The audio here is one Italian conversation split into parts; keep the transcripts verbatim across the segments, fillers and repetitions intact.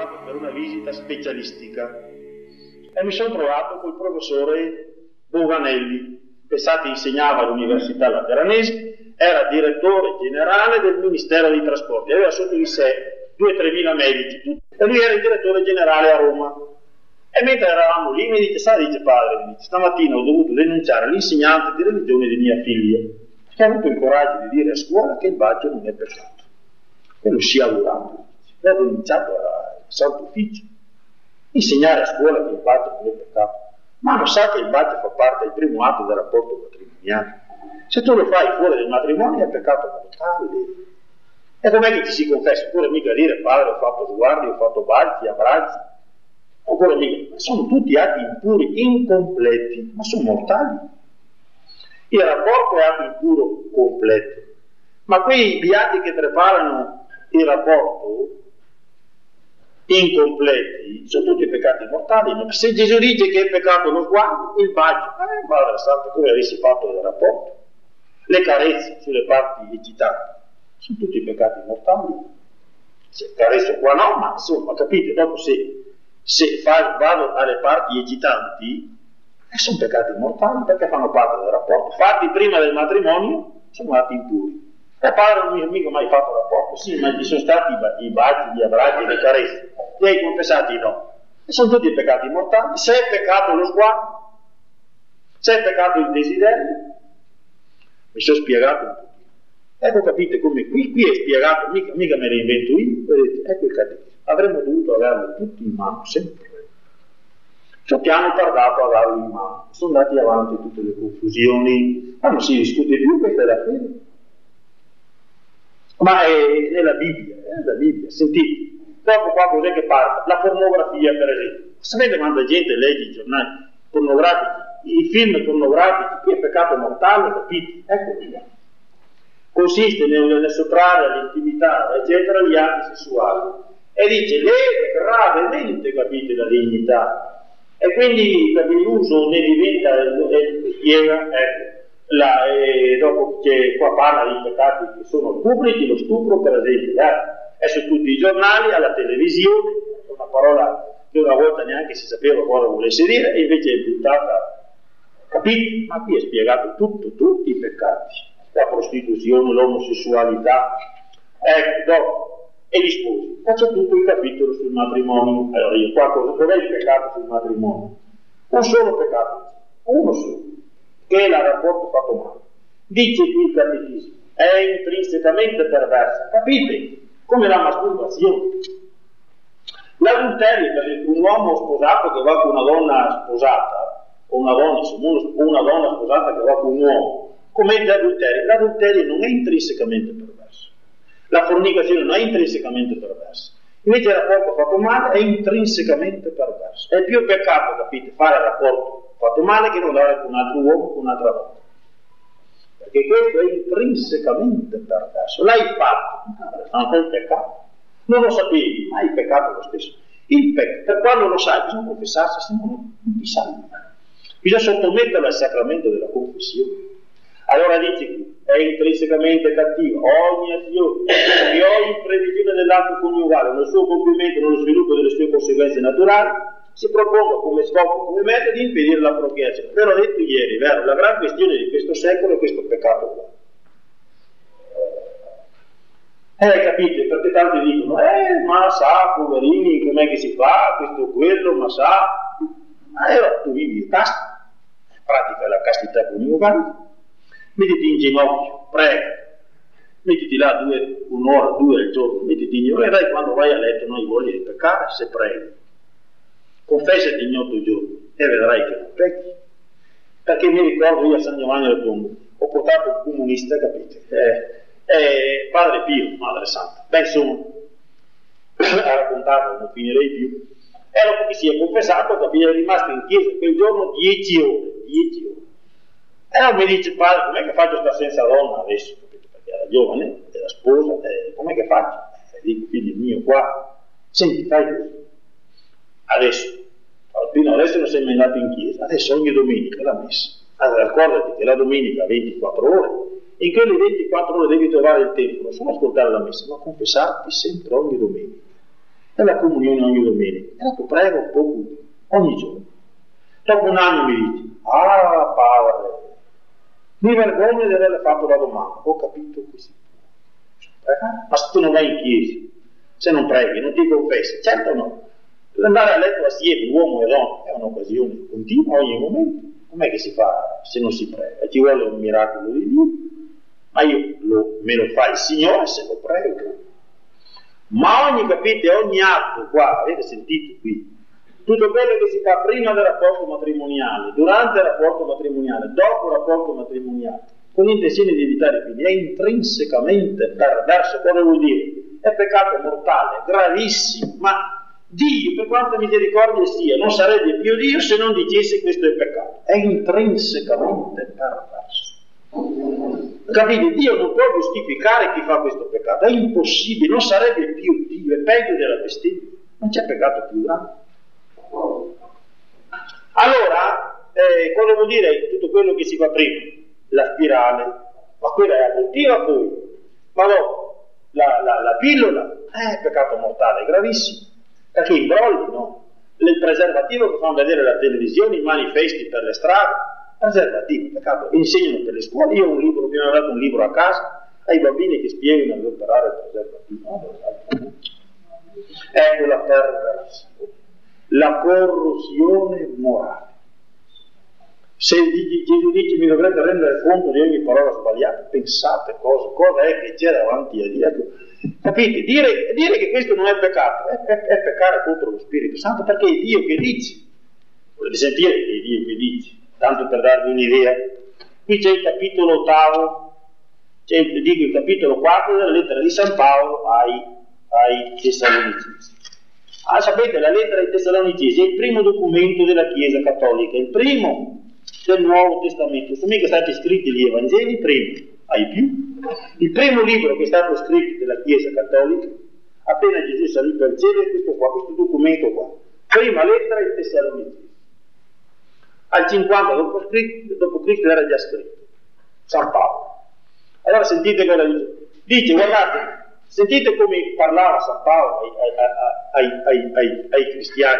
andato per una visita specialistica e mi sono trovato col professore Bovanelli. Pensate, insegnava all'Università Lateranese, era direttore generale del Ministero dei Trasporti, aveva sotto di sé due o tremila medici, tutti, e lui era il direttore generale a Roma. E mentre eravamo lì mi dice, sai, dice padre, mi dice, stamattina ho dovuto denunciare l'insegnante di religione di mia figlia, che ha avuto il coraggio di dire a scuola che il bacio non è peccato. E lo si è augurato, l'ho denunciato al Santo Ufficio. Insegnare a scuola che il bacio non è peccato. Ma non sa che il bacio fa parte del primo atto del rapporto matrimoniale. Se tu lo fai fuori del matrimonio è peccato mortale. E com'è che ti si confessa? Oppure mica dire, padre, ho fatto sguardi, ho fatto baci, abbracci. Oppure mica, sono tutti atti impuri, incompleti, ma sono mortali. Il rapporto è atto impuro completo. Ma quei beati che preparano il rapporto incompleti sono tutti peccati mortali. Se Gesù dice che è peccato lo sguardo, il bacio, eh, Padre Santo, come avessi fatto il rapporto, le carezze sulle parti eccitanti, sono tutti peccati mortali. Se carezzo qua no, ma insomma, capite, dopo se, se fa, vado alle parti eccitanti, eh, sono peccati mortali perché fanno parte del rapporto. Fatti prima del matrimonio sono atti impuri. E padre non mi ha mica mai fatto rapporto, sì, ma ci sono stati i baci, gli abbracci, le carezze, li hai confessati no. E sono tutti peccati mortali. Se è peccato lo sguardo, se è peccato il desiderio, mi sono spiegato un po'. Ecco, capite come qui, qui è spiegato, mica, mica me lo invento io, vedete, ecco il catechismo. Avremmo dovuto averlo tutti in mano, sempre. Ciò che hanno tardato a darlo in mano. Sono andati avanti tutte le confusioni, ma non si discute più, questa è la fede. Ma è nella Bibbia, è nella Bibbia, sentite. Dopo qua cos'è che parte? La pornografia, per esempio. Sapete quanta gente legge i giornali pornografici, i film pornografici, qui è peccato mortale, capite? Ecco qui. Consiste nel, nel sottrarre all'intimità, eccetera, gli atti sessuali. E dice, lede gravemente, capite, la dignità. E quindi l'uso ne diventa, e spiega, ecco. La, eh, dopo che qua parla di peccati che sono pubblici, lo stupro per esempio, eh, è su tutti i giornali, alla televisione, una parola che una volta neanche si sapeva cosa volesse dire e invece è buttata, capite? Ma qui è spiegato tutto, tutti i peccati, la prostituzione, l'omosessualità, ecco, dopo, e gli sposi. Faccio tutto il capitolo sul matrimonio. Allora io qua cosa, dov'è il peccato sul matrimonio? Un solo peccato, uno solo, che è il rapporto fatto male. Dice qui il catechismo, è intrinsecamente perversa, capite? Come la masturbazione. L'adulterio, per esempio, un uomo sposato che va con una donna sposata, o una donna, o una donna sposata che va con un uomo, commette adulterio. L'adulterio non è intrinsecamente perverso. La fornicazione non è intrinsecamente perversa. Invece il rapporto fatto male è intrinsecamente perverso. È più peccato, capite, fare il rapporto fatto male che non dare con un altro uomo, con un'altra donna. Perché questo è intrinsecamente perverso. L'hai fatto, anche il peccato. Non lo sapevi, ma il peccato è lo stesso. Il peccato, per quando lo sai, bisogna confessarsi, se no non ti salva. Bisogna sottometterlo al sacramento della confessione. Allora dice qui, è intrinsecamente cattiva ogni azione che ogni previsione dell'atto coniugale nel suo compimento, nello sviluppo delle sue conseguenze naturali, si proponga come scopo, come metodo di impedire la procreazione. Ve l'ho detto ieri, vero? La gran questione di questo secolo è questo peccato qua. Eh, capite? Perché tanti dicono, eh, ma sa, poverini, com'è che si fa, questo, quello, ma sa. Ma allora tu vivi il casto, pratica la castità coniugale, mettiti in ginocchio, prega, mettiti là due, un'ora, due al giorno, mettiti in ginocchio, e dai, quando vai a letto non hai voglia di peccare, se preghi. Confessati in otto giorni e vedrai che non pecchi. Perché mi ricordo io a San Giovanni del Tombo, ho portato un comunista, capite? Eh, eh, padre Pio, Madre Santa. Beh, insomma, a raccontarlo non finirei più. E dopo che si è confessato, capite, è rimasto in chiesa quel giorno dieci ore, dieci ore. E allora mi dice, padre, com'è che faccio sta senza donna adesso? Capite? Perché era giovane, era sposa, eh, com'è che faccio? E dico, figlio mio, qua, senti, fai così. Adesso, fino adesso non sei mai andato in chiesa, adesso ogni domenica la messa. Allora ricordati che la domenica ha ventiquattro ore, e in quelle ventiquattro ore devi trovare il tempo, non solo ascoltare la messa, ma confessarti sempre ogni domenica. e la comunione ogni domenica. E dopo prego poco, ogni giorno. Dopo un anno mi dice, ah padre, mi vergogno di averle fatto la domanda, ho capito che si può. Ma se tu non vai in chiesa, se non preghi, non ti confessi, certo no. Andare a letto assieme, uomo e donna, è un'occasione continua ogni momento. Com'è che si fa se non si prega? Ci vuole un miracolo di Dio, ma io lo, me lo fa il Signore se lo prego. Ma ogni, capite, ogni atto qua, avete sentito qui, tutto quello che si fa prima del rapporto matrimoniale, durante il rapporto matrimoniale, dopo il rapporto matrimoniale, con l'intenzione di evitare i figli, è intrinsecamente perverso. Cosa vuol dire? È peccato mortale, gravissimo, ma Dio, per quanta misericordia sia, non sarebbe più Dio se non dicesse questo è peccato. È intrinsecamente perverso. Capite? Dio non può giustificare chi fa questo peccato, è impossibile, non sarebbe più Dio, è peggio della bestemmia, non c'è peccato più grande. Allora, eh, cosa vuol dire tutto quello che si fa prima? La spirale, ma quella è abortiva poi, ma dopo la, la, la pillola è peccato mortale, è gravissimo, perché imbrogli, no? Il preservativo che fanno vedere la televisione, i manifesti per le strade, preservativo, peccato, insegnano per le scuole. Io ho un libro, abbiamo dato un libro a casa ai bambini che spiegano ad operare il preservativo. Ecco la perversione, la corruzione morale. Se Gesù dice mi dovrete rendere conto di ogni parola sbagliata, pensate cosa, cosa è che c'è davanti a Dio. Ecco, capite? Dire, dire che questo non è peccato è, è, è peccare contro lo Spirito Santo, perché è Dio che dice. Volete sentire che è Dio che dice? Tanto per darvi un'idea, qui c'è il capitolo ottavo, c'è il, dico, il capitolo quattro della lettera di San Paolo ai, ai Tessalonicesi. Ah, sapete, la lettera ai Tessalonicesi è il primo documento della Chiesa Cattolica, il primo del Nuovo Testamento. Sono mica stati scritti gli Evangeli prima, ai più. Il primo libro che è stato scritto della Chiesa Cattolica, appena Gesù salì per il cielo, è questo qua, questo documento qua. Prima lettera ai Tessalonicesi. Al cinquanta dopo Cristo era già scritto, San Paolo. Allora sentite cosa dice. Dice, guardate, sentite come parlava San Paolo ai, ai, ai, ai, ai cristiani.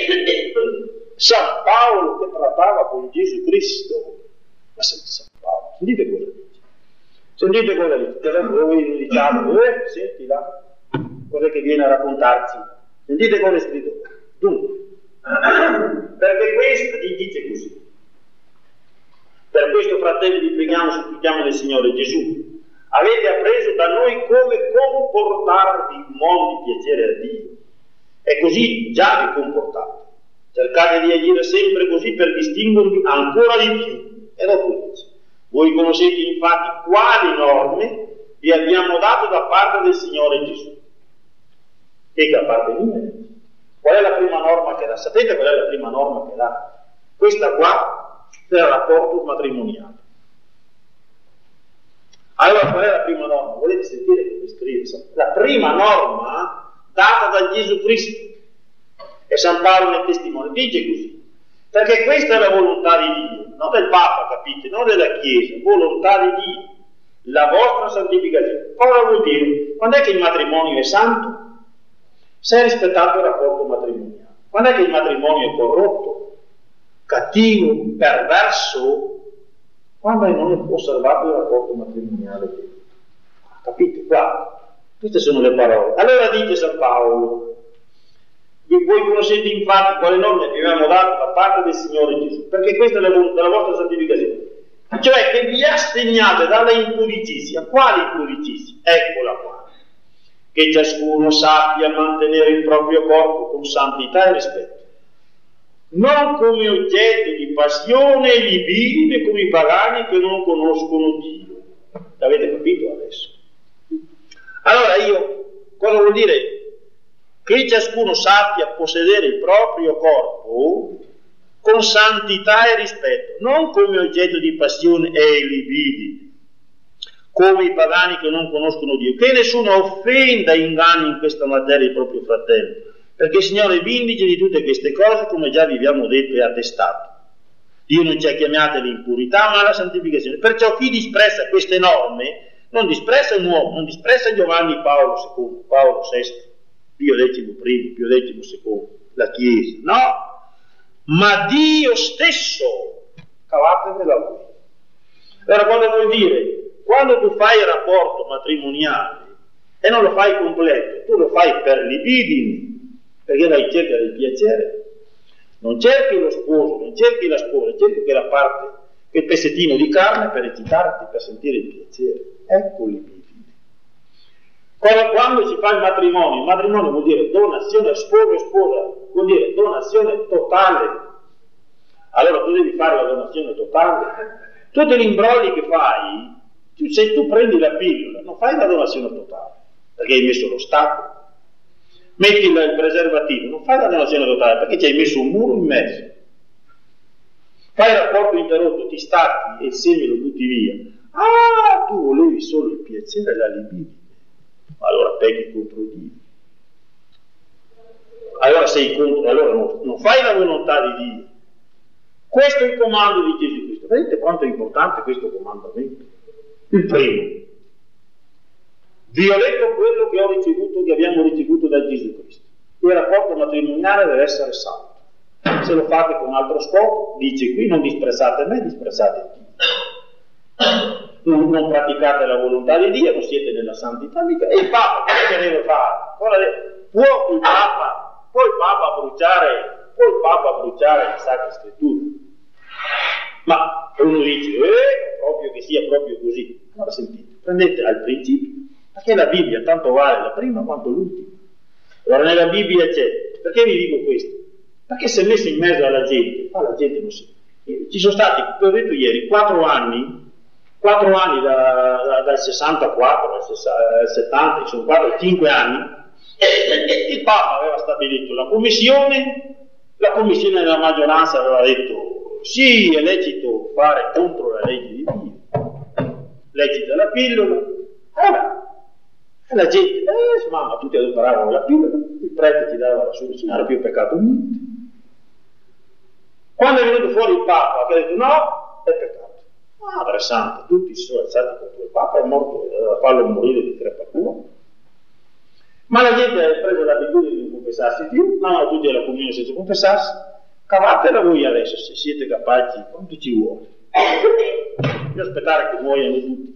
San Paolo che trattava con Gesù Cristo. Ma San Paolo, sentite cosa dice. Sentite cosa dice. Voi diciamo, eh, senti là, cos'è che viene a raccontarci. Sentite cosa è scritto. Dunque, perché questo gli dice così. Per questo, fratelli, vi preghiamo, supplichiamo del Signore Gesù, avete appreso da noi come comportarvi in modo di piacere a Dio, e così già vi comportate. Cercate di agire sempre così per distinguervi ancora di più. E dopo dice, voi conoscete infatti quali norme vi abbiamo dato da parte del Signore Gesù, e che a parte mia. Qual è la prima norma che dà? Sapete qual è la prima norma che dà? Questa qua è il rapporto matrimoniale. Allora qual è la prima norma? Volete sentire come scrive? La prima norma data da Gesù Cristo. E San Paolo nel testimone dice così. Perché questa è la volontà di Dio, non del Papa, capite? Non della Chiesa, volontà di Dio. La vostra santificazione. Cosa vuol dire? Quando è che il matrimonio è santo? Se è rispettato il rapporto matrimoniale. Quando è che il matrimonio è corrotto, cattivo, perverso? Quando non è osservato il rapporto matrimoniale. Capite qua? Queste sono le parole. Allora dice San Paolo, voi conoscete infatti quale norme vi abbiamo dato da parte del Signore Gesù, perché questa è la, la vostra santificazione. Cioè che vi asteniate dalla impudicizia. Quale impudicizia? Eccola qua. Che ciascuno sappia mantenere il proprio corpo con santità e rispetto, non come oggetto di passione e libidine come i pagani che non conoscono Dio. L'avete capito adesso? Allora io, cosa vuol dire? Che ciascuno sappia possedere il proprio corpo con santità e rispetto, non come oggetto di passione e libidine, come i pagani che non conoscono Dio, che nessuno offenda e inganni in questa materia il proprio fratello, perché il Signore vindice di tutte queste cose, come già vi abbiamo detto e attestato. Dio non ci ha chiamati all'impurità, ma alla santificazione. Perciò chi disprezza queste norme non disprezza un uomo, non disprezza Giovanni Paolo secondo, Paolo sesto, Pio decimo primo, Pio decimo secondo, la Chiesa, no, ma Dio stesso, cavatevela voi. Allora cosa vuol dire? Quando tu fai il rapporto matrimoniale e non lo fai completo, tu lo fai per libidini, perché vai in cerca del piacere, non cerchi lo sposo, non cerchi la sposa, cerchi quella parte, quel pezzettino di carne per eccitarti, per sentire il piacere. Ecco libidini. Quando si fa il matrimonio, il matrimonio vuol dire donazione, sposo e sposa, vuol dire donazione totale. Allora tu devi fare la donazione totale. Tutti gli imbrogli che fai, tu, se tu prendi la pillola, non fai la donazione totale, perché hai messo lo stacco. Metti il preservativo, non fai la donazione totale, perché ci hai messo un muro in mezzo. Fai il rapporto interrotto, ti stacchi e il seme lo butti via. Ah, tu volevi solo il piacere e la libidine. Allora peghi contro Dio. Allora sei contro, allora non, non fai la volontà di Dio. Questo è il comando di Gesù Cristo. Vedete quanto è importante questo comandamento? Il primo. Vi ho detto quello che ho ricevuto, che abbiamo ricevuto da Gesù Cristo. Il rapporto matrimoniale deve essere santo. Se lo fate con altro scopo, dice qui, non disprezzate me, disprezzate Dio. Non, non praticate la volontà di Dio, non siete nella santità mica. E il Papa cosa deve fare? Deve... Può il Papa, può il Papa bruciare, può il Papa bruciare la Sacra Scrittura? Ma uno dice, eh, proprio che sia proprio così. Allora sentite, prendete al principio, perché la Bibbia tanto vale la prima quanto l'ultima. Allora nella Bibbia c'è, perché vi dico questo? Perché se messo in mezzo alla gente, ma la gente non si... Ci sono stati, vi ho detto ieri, quattro anni, quattro anni da, da, dal sessantaquattro al settanta, sono quattro, cinque anni, e il Papa aveva stabilito la commissione, la commissione della maggioranza aveva detto sì, è lecito fare contro la legge di Dio, lecita la pillola, allora, e la gente, eh, mamma, tutti adoperavano la pillola, il prete ti dava la soluzione, non era più peccato niente. Quando è venuto fuori il Papa che ha detto no, è peccato. Madre Santa, tutti si sono alzati contro il Papa, è morto, doveva farlo morire di crepatura. Ma la gente ha preso l'abitudine di non confessarsi più, non hanno tutti alla comunione senza confessarsi. Cavatela voi adesso, se siete capaci, quanto ci vuole. Devo aspettare che muoiano tutti.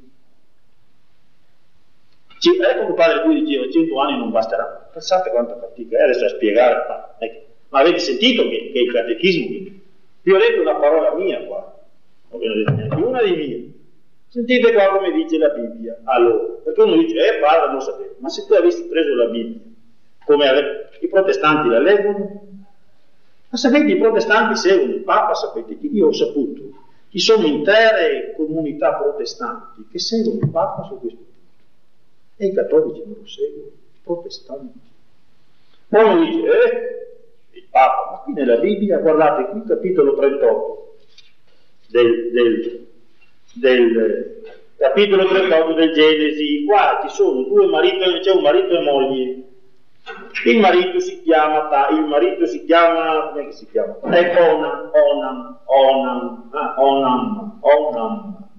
C- ecco che Padre Pio diceva, cento anni non basterà. Pensate quanta fatica è adesso a spiegare. Ma, ecco. Ma avete sentito che, che il catechismo, vi ho detto una parola mia qua, non ve ne ho detto neanche una di mie. Sentite qua come dice la Bibbia. Allora, perché uno dice, eh padre, non sapevo. Ma se tu avessi preso la Bibbia, come ave... i protestanti la leggono, ma sapete, i protestanti seguono il Papa, sapete che io ho saputo, ci sono intere comunità protestanti che seguono il Papa su questo punto. E i cattolici non lo seguono, i protestanti. Ma uno dice, eh, il Papa, ma qui nella Bibbia, guardate qui, capitolo trentotto, del... del del capitolo trentotto del Genesi, qua ci sono due mariti, c'è un marito e moglie, il marito si chiama, il marito si chiama, come si chiama? È Onam, Onam, Onam, ah, Onam, Onam,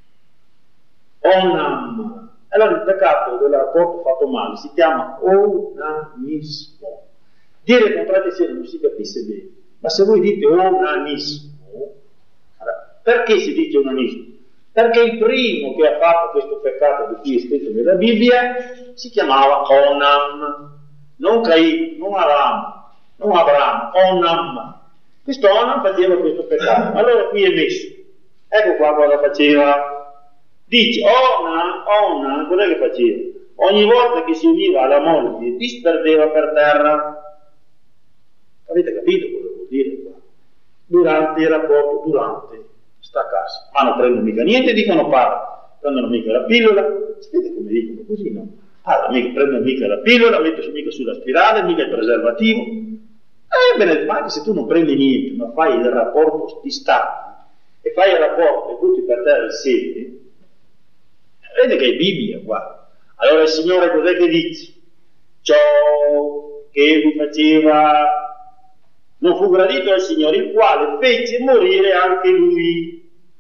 Onam. Allora il peccato del rapporto fatto male si chiama onanismo. Dire contratti se non si capisce bene, ma se voi dite onanismo, allora, perché si dice onanismo? Perché il primo che ha fatto questo peccato di cui è scritto nella Bibbia si chiamava Onam, non Caino, non Aram, non Abramo, Onam. Questo Onam faceva questo peccato. Allora qui è messo. Ecco qua cosa faceva. Dice Onam, Onam, cos'è che faceva? Ogni volta che si univa alla moglie disperdeva per terra. Avete capito cosa vuol dire qua? Durante il rapporto, durante. Sta a casa, ma non prendono mica niente, dicono padre, prendono mica la pillola, sapete come dicono così, no? Padre, mica prendono mica la pillola, mettono mica sulla spirale, mica il preservativo. Eh, bene, ma anche se tu non prendi niente, ma fai il rapporto, ti stacchi, e fai il rapporto e butti per terra il seme, vede che è Bibbia qua. Allora il Signore cos'è che dice? Ciò che vi faceva... non fu gradito al Signore, il quale fece morire anche lui.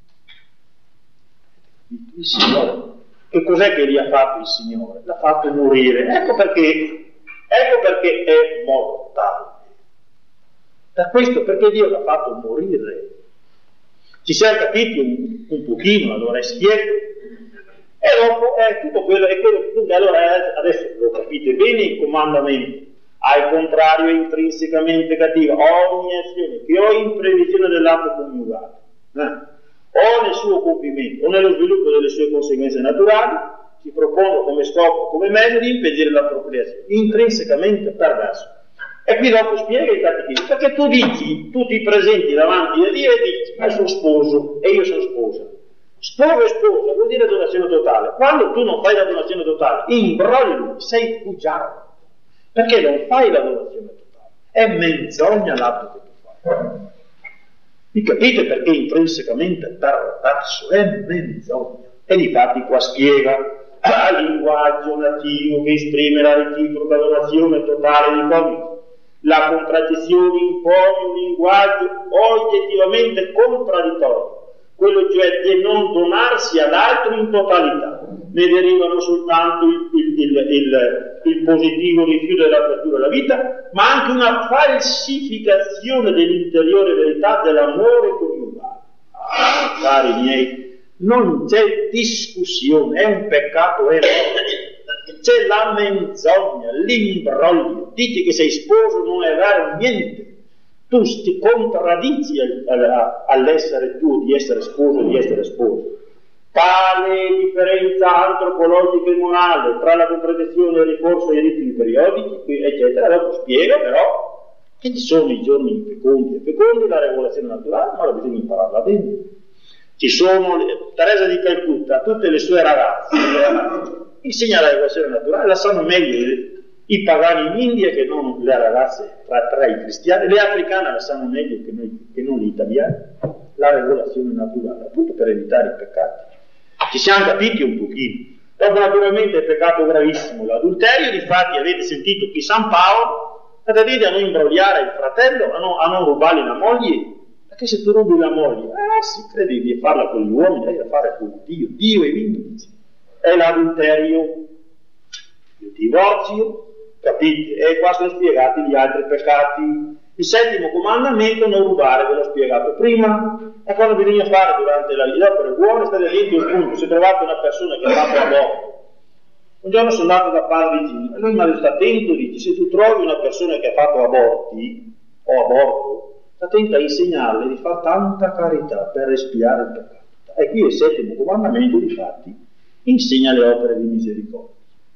Il Signore, che cos'è che gli ha fatto il Signore? L'ha fatto morire. Ecco perché Ecco perché è mortale. Per questo, perché Dio l'ha fatto morire. Ci siamo capiti un, un pochino, allora è spiego. E dopo è tutto quello, è quello, quindi allora adesso lo capite bene il comandamento. Al contrario è intrinsecamente cattiva ogni azione che ho in previsione dell'atto coniugale, eh? o nel suo compimento o nello sviluppo delle sue conseguenze naturali, si propongo come scopo, come mezzo di impedire la procreazione, intrinsecamente perverso. E qui dopo spiega il catechismo, perché tu dici, tu ti presenti davanti a Dio e dici, ma sono sposo e io sono sposa. Sposo e sposa vuol dire donazione totale. Quando tu non fai la donazione totale, imbrogli, sei bugiardo. Perché non fai la donazione totale? È menzogna l'atto che tu fai. Mi capite perché intrinsecamente perverso? È menzogna. E difatti qua spiega il linguaggio nativo che esprime la reciproca donazione totale di coniugi. La contraddizione impone un linguaggio oggettivamente contraddittorio, quello cioè di non donarsi ad altro in totalità. Ne derivano soltanto il, il, il, il, il positivo rifiuto dell'apertura alla vita, ma anche una falsificazione dell'interiore verità dell'amore coniugale. Ah, cari miei, non c'è discussione, è un peccato enorme. C'è la menzogna, l'imbroglio. Diti che sei sposo, non è vero niente. Tu ti contraddici all'essere tuo di essere sposo e di essere sposo. Tale differenza antropologica e morale tra la contraddizione e il ricorso ai ritmi periodici, eccetera, dopo spiega però che ci sono i giorni fecondi e fecondi, la regolazione naturale, ma bisogna impararla bene. Ci sono Teresa di Calcutta, tutte le sue ragazze, le ragazze insegna la regolazione naturale, la sanno meglio i pagani in India che non le ragazze tra, tra i cristiani, le africane la sanno meglio che, noi, che non gli italiani, la regolazione naturale, appunto per evitare i peccati. Ci siamo capiti un pochino. Dopo naturalmente il peccato gravissimo, l'adulterio, difatti avete sentito che San Paolo ha da dire a non imbrogliare il fratello, a non, a non rubargli la moglie, perché se tu rubi la moglie, eh si crede di farla con gli uomini, devi fare con Dio, Dio e vindici. È l'adulterio, il divorzio, capite? E qua sono spiegati gli altri peccati. Il settimo comandamento, non rubare, ve l'ho spiegato prima. E cosa bisogna fare durante la vita? Per buono, state attenti un punto. Se trovate una persona che ha fatto aborto, un giorno sono andato da Padre Gino e lui mi ha detto attento, dice, se tu trovi una persona che ha fatto aborti o aborto, sta attento a insegnarle di fare tanta carità per espiare il peccato. E qui il settimo comandamento, difatti, insegna le opere di misericordia.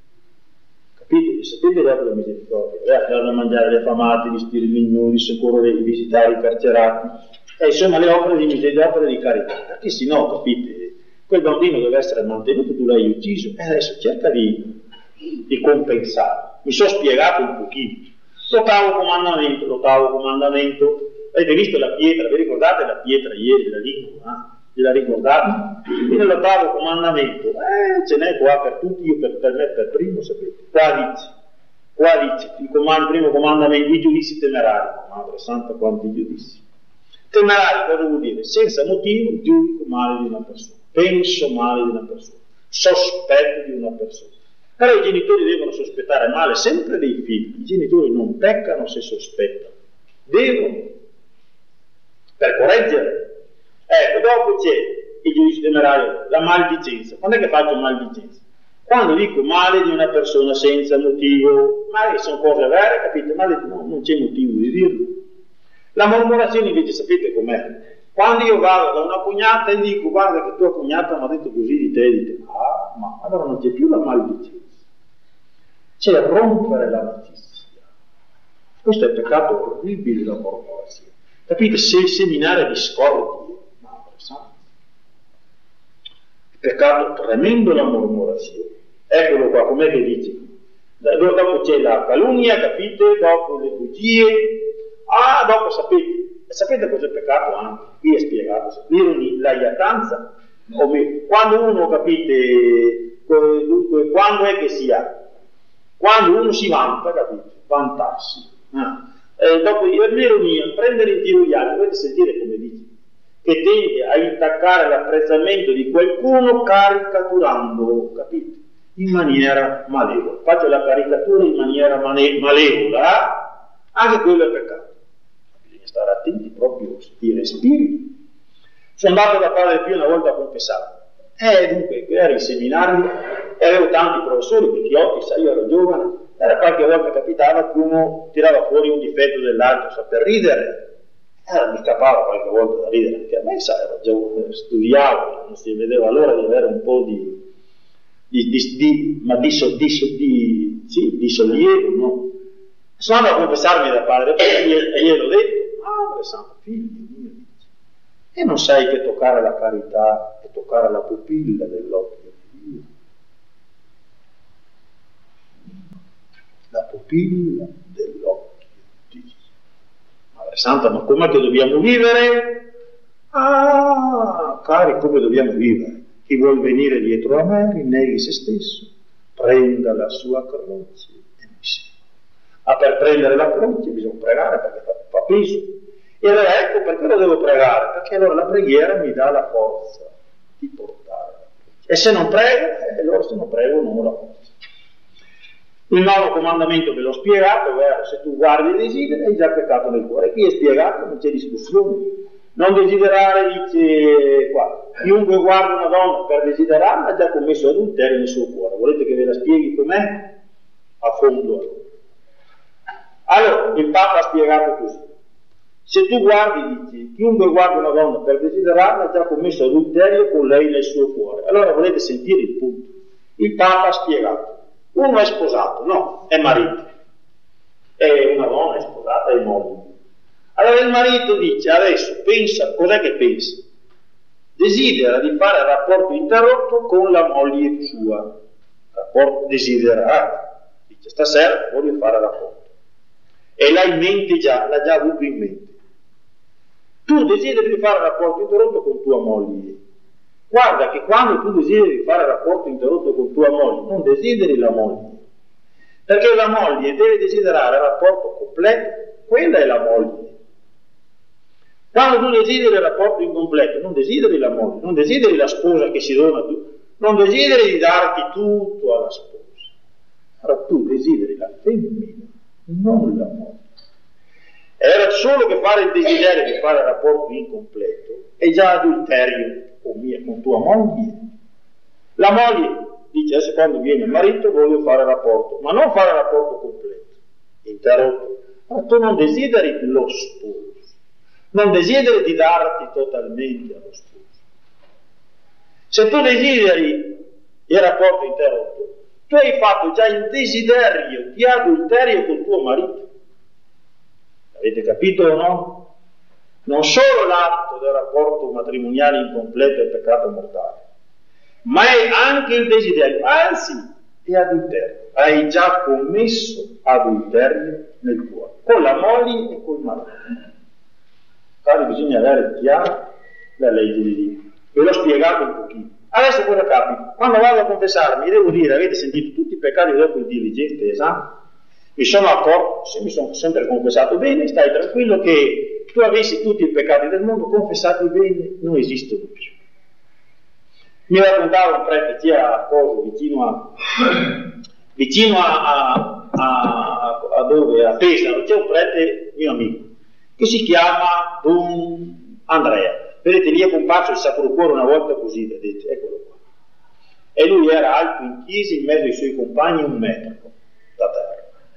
Capite? Sapete le opere di misericordia? Eh, danno a mangiare le affamati, vestire gli ignuri, soccorrere, visitare i carcerati. E insomma le opere di misericordia, le opere di carità. Perché se no, capite, quel bambino deve essere mantenuto, tu l'hai ucciso, e adesso cerca di, di compensare. Mi sono spiegato un pochino. L'ottavo comandamento, l'ottavo comandamento, avete visto la pietra, vi ricordate la pietra ieri, la lingua? Eh? Ve la ricordate? E nell'ottavo comandamento, eh, ce n'è qua per tutti, io per, per me per primo, sapete. Qua dice, qua dice, il, comando, il primo comandamento, i giudizi temerari. Madre Santa, quanti giudizi. Temerari cosa vuol dire? Senza motivo giudico male di una persona, penso male di una persona, sospetto di una persona. Però i genitori devono sospettare male sempre dei figli. I genitori non peccano se sospettano, devono, per correggere. Ecco, dopo c'è il giudizio temerario, la maldicenza. Quando è che faccio maldicenza? Quando dico male di una persona senza motivo, magari sono cose vere, capite? Ma no, non c'è motivo di dirlo. La mormorazione invece sapete com'è? Quando io vado da una cognata e dico guarda che tua cognata mi ha detto così di te, dite ah, ma allora non c'è più la maldicenza. C'è rompere l'amicizia. Questo è il peccato orribile della mormorazione. Capite? Se seminare discordia. Peccato tremendo la mormorazione. Eccolo qua, com'è che dice? Dopo c'è la calunnia, capite? Dopo le bugie. Ah, dopo sapete, sapete cos'è peccato anche? Qui è spiegato. La iatanza, quando uno, capite, dunque, quando è che si ha? Quando uno si vanta, capite? Vantarsi. Ah. Eh, dopo l'ironia, prendere in giro gli altri, dovete sentire come dice. Che tende a intaccare l'apprezzamento di qualcuno caricaturando, capite? in maniera malevola. Faccio la caricatura in maniera mane- malevola, anche quello è peccato. Bisogna stare attenti proprio ai respiri. Sono andato da Padre Pio una volta a confessare. Eh, dunque, ero in seminario e avevo tanti professori, vecchiotti, sai, io ero giovane, era qualche volta capitava che uno tirava fuori un difetto dell'altro, sa, per ridere. Eh, mi scappava qualche volta da ridere, anche a me, sai, ero giovane, studiavo, non si vedeva l'ora di avere un po' di Di, di, di, ma di, so, di, so, di, sì, di sollievo, no? Sono andato a confessarmi da Padre Pio e gliel'ho detto, ah, santo figlio mio, e non sai che toccare la carità e toccare la pupilla dell'occhio di Dio. La pupilla dell'occhio di Dio. Madre Santa, ma com'è che dobbiamo vivere? Ah, cari, come dobbiamo vivere? Chi vuol venire dietro a me, rinneghi se stesso, prenda la sua croce e mi segua. Ma per prendere la croce bisogna pregare perché fa, fa peso. E allora ecco perché lo devo pregare, perché allora la preghiera mi dà la forza di portare la croce. E se non prego, eh, allora se non prego non ho la forza. Il nuovo comandamento ve l'ho spiegato, ovvero se tu guardi e desideri hai già peccato nel cuore. Qui è spiegato, non c'è discussione. Non desiderare, dice qua, chiunque guarda una donna per desiderarla ha già commesso adulterio nel suo cuore. Volete che ve la spieghi com'è? A fondo. Allora, il Papa ha spiegato così. Se tu guardi, dici, chiunque guarda una donna per desiderarla ha già commesso adulterio con lei nel suo cuore. Allora volete sentire il punto. Il Papa ha spiegato. Uno è sposato, no, è marito. E una donna è sposata, è moglie. Allora il marito dice, adesso pensa, cos'è che pensa? Desidera di fare rapporto interrotto con la moglie sua. Rapporto desiderato. Dice, stasera voglio fare rapporto. E l'ha in mente già, l'ha già avuto in mente. Tu desideri di fare rapporto interrotto con tua moglie. Guarda che quando tu desideri di fare rapporto interrotto con tua moglie, non desideri la moglie. Perché la moglie deve desiderare il rapporto completo, quella è la moglie. Quando tu desideri il rapporto incompleto, non desideri la moglie, non desideri la sposa che si dona tu, non desideri di darti tutto alla sposa. Allora tu desideri la femmina, non la moglie. Era solo che fare il desiderio di fare il rapporto incompleto è già adulterio con, mia, con tua moglie. La moglie dice, adesso quando viene il marito voglio fare il rapporto, ma non fare il rapporto completo, interrotto. Ma tu non desideri lo sposo. Non desideri di darti totalmente allo sposo. Se tu desideri il rapporto interrotto, tu hai fatto già il desiderio di adulterio con tuo marito. Avete capito o no? Non solo l'atto del rapporto matrimoniale incompleto è peccato mortale, ma è anche il desiderio, anzi è adulterio. Hai già commesso adulterio nel cuore, con la moglie e col marito. Quindi bisogna avere chiaro la legge di Dio. Ve l'ho spiegato un pochino. Adesso cosa capita? Quando vado a confessarmi, devo dire, avete sentito tutti i peccati dopo il diligente esame? Mi sono accorto, se mi sono sempre confessato bene, stai tranquillo che tu avessi tutti i peccati del mondo confessati bene, non esistono più. Mi raccontava un prete che a Coso, vicino a vicino a, a, a, a dove? A Pesaro, c'è un prete mio amico che si chiama Don Andrea. Vedete, lì è comparso il Sacro Cuore una volta così, vedete, eccolo qua. E lui era alto in chiesa, in mezzo ai suoi compagni, un metro da terra.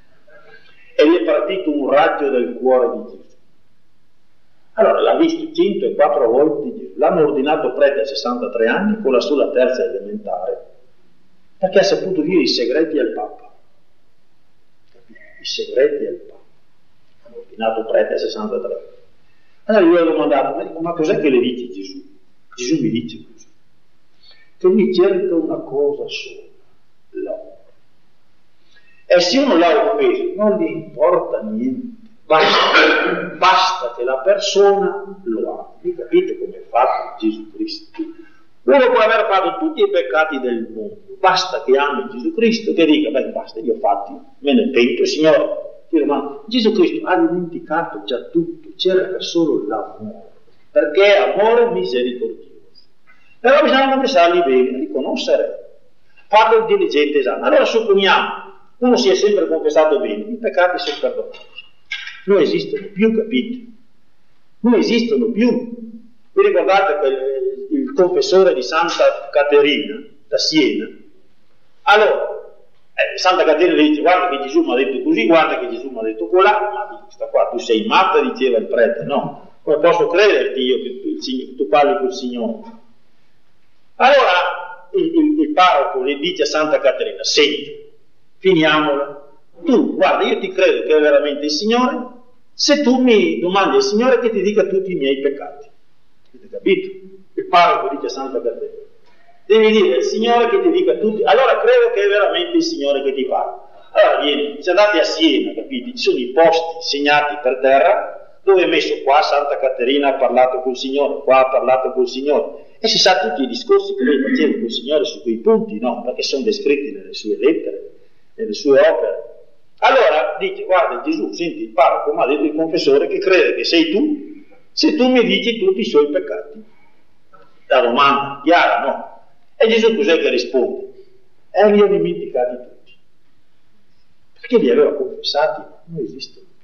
E gli è partito un raggio del cuore di Gesù. Allora l'ha visto centoquattro volte Gesù. L'hanno ordinato prete a sessantatré anni con la sola terza elementare, perché ha saputo dire i segreti al Papa. Capite? I segreti al Papa. Hanno ordinato prete a sessantatré. Allora io gli ho domandato, ma, dico, ma cos'è che le dice Gesù? Gesù mi dice così, che lui cerca una cosa sola, l'amore. E se uno l'ha offeso, non gli importa niente, basta, basta che la persona lo ami. Capite come è fatto Gesù Cristo? Uno può aver fatto tutti i peccati del mondo, basta che ami Gesù Cristo, che dica, beh basta, io ho fatti, me ne pento, Signore. Ma Gesù Cristo ha dimenticato già tutto, cerca solo l'amore, perché è amore misericordioso. Però bisogna confessarli bene, riconoscere. Fatto il diligente esame. Allora supponiamo, uno si è sempre confessato bene, i peccati sono perdonati. Non esistono più, capite? Non esistono più. Vi ricordate che il, il confessore di Santa Caterina, da Siena? Allora, eh, Santa Caterina dice, guarda che Gesù mi ha detto così, guarda che Gesù mi ha detto colà, ma questa qua, tu sei matta, diceva il prete, no? Come posso crederti io che tu, che tu parli col Signore? Allora, il, il, il parroco le dice a Santa Caterina, senti, finiamola, tu, guarda, io ti credo che è veramente il Signore, se tu mi domandi al Signore che ti dica tutti i miei peccati. Avete capito? Il parroco dice a Santa Caterina, devi dire al Signore che ti dica tutti, allora credo che è veramente il Signore che ti parla. Allora vieni, se andate a Siena, capite? Ci sono i posti segnati per terra dove è messo qua Santa Caterina ha parlato col Signore, qua ha parlato col Signore, e si sa tutti i discorsi che lui faceva col Signore su quei punti, no? Perché sono descritti nelle sue lettere, nelle sue opere. Allora dice, guarda Gesù, senti, il parroco mi ha detto il confessore che crede che sei tu, se tu mi dici tutti i suoi peccati. La domanda chiara, no? E Gesù cos'è che risponde? E li ha dimenticati tutti. Perché li aveva confessati? Non esistono.